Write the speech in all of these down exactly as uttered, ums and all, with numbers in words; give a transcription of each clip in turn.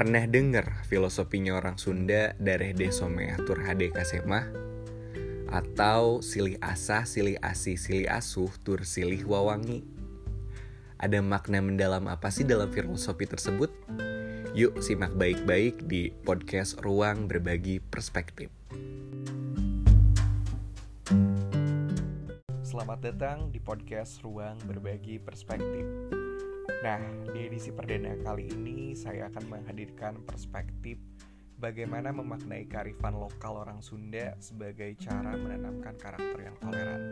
Pernah denger filosofinya orang Sunda dareh de someah tur hade kasemah? Atau silih asah, silih asih, silih asuh, tur silih wawangi? Ada makna mendalam apa sih dalam filosofi tersebut? Yuk simak baik-baik di podcast Ruang Berbagi Perspektif. Selamat datang di podcast Ruang Berbagi Perspektif. Nah, di edisi perdana kali ini saya akan menghadirkan perspektif bagaimana memaknai kearifan lokal orang Sunda sebagai cara menanamkan karakter yang toleran.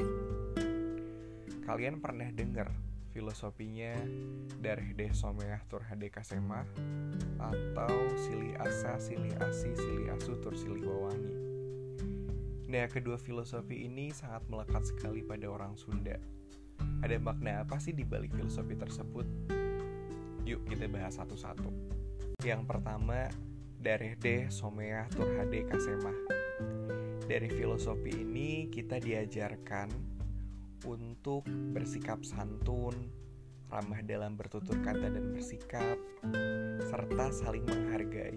Kalian pernah dengar filosofinya dareh deh someah tur hade kasemah atau silih asa, silih asi, silih asu tur silih wawangi? Nah, kedua filosofi ini sangat melekat sekali pada orang Sunda. Ada makna apa sih di balik filosofi tersebut? Yuk kita bahas satu-satu. Yang pertama, dareh deh someah tur hade kasemah. Dari filosofi ini kita diajarkan untuk bersikap santun, ramah dalam bertutur kata dan bersikap, serta saling menghargai.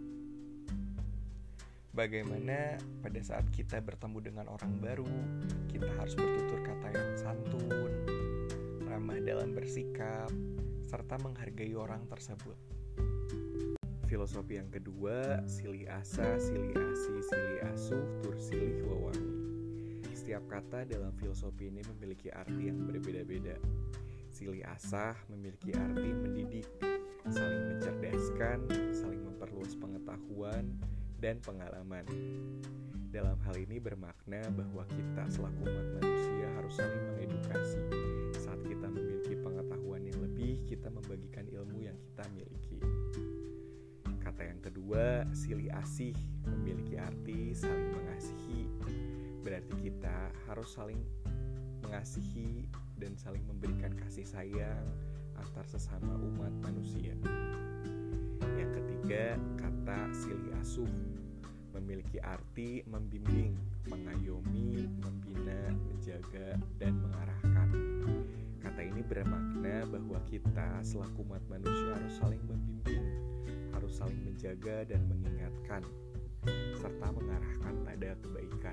Bagaimana pada saat kita bertemu dengan orang baru, kita harus bertutur kata yang santun, ramah dalam bersikap, serta menghargai orang tersebut. Filosofi yang kedua, silih asa, silih asi, silih asuh, tur silih wawangi. Setiap kata dalam filosofi ini memiliki arti yang berbeda-beda. Silih asah memiliki arti mendidik, saling mencerdaskan, saling memperluas pengetahuan dan pengalaman. Dalam hal ini bermakna bahwa kita selaku umat manusia harus saling mengedukasi. Saat kita memiliki pengetahuan yang lebih, kita membagikan ilmu yang kita miliki. Kata yang kedua, silih asih, memiliki arti saling mengasihi. Berarti kita harus saling mengasihi dan saling memberikan kasih sayang antar sesama umat manusia. Yang ketiga, kata silih asuh, memiliki arti membimbing, mengayomi, membina, menjaga, dan mengarahkan. Kata ini bermakna bahwa kita selaku umat manusia harus saling membimbing, harus saling menjaga dan mengingatkan, serta mengarahkan pada kebaikan.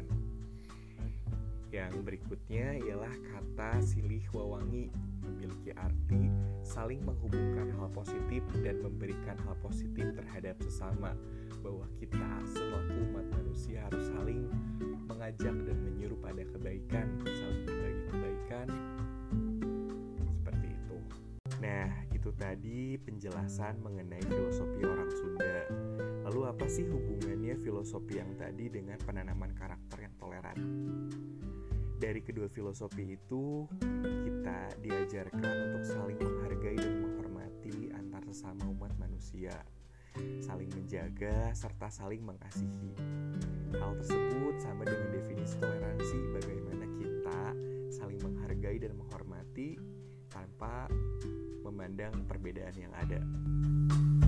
Yang berikutnya ialah kata silih wawangi, memiliki arti saling menghubungkan hal positif dan memberikan hal positif terhadap sesama, bahwa kita selaku umat manusia harus saling mengajak dan menyuruh pada kebaikan, saling berbagi kebaikan, seperti itu. Nah, itu tadi penjelasan mengenai filosofi orang Sunda. Lalu apa sih hubungannya filosofi yang tadi dengan penanaman karakter yang toleran? Dari kedua filosofi itu, kita diajarkan untuk saling menghargai dan menghormati antar sesama umat manusia, saling menjaga serta saling mengasihi. Hal tersebut sama dengan definisi toleransi, bagaimana kita saling menghargai dan menghormati tanpa memandang perbedaan yang ada.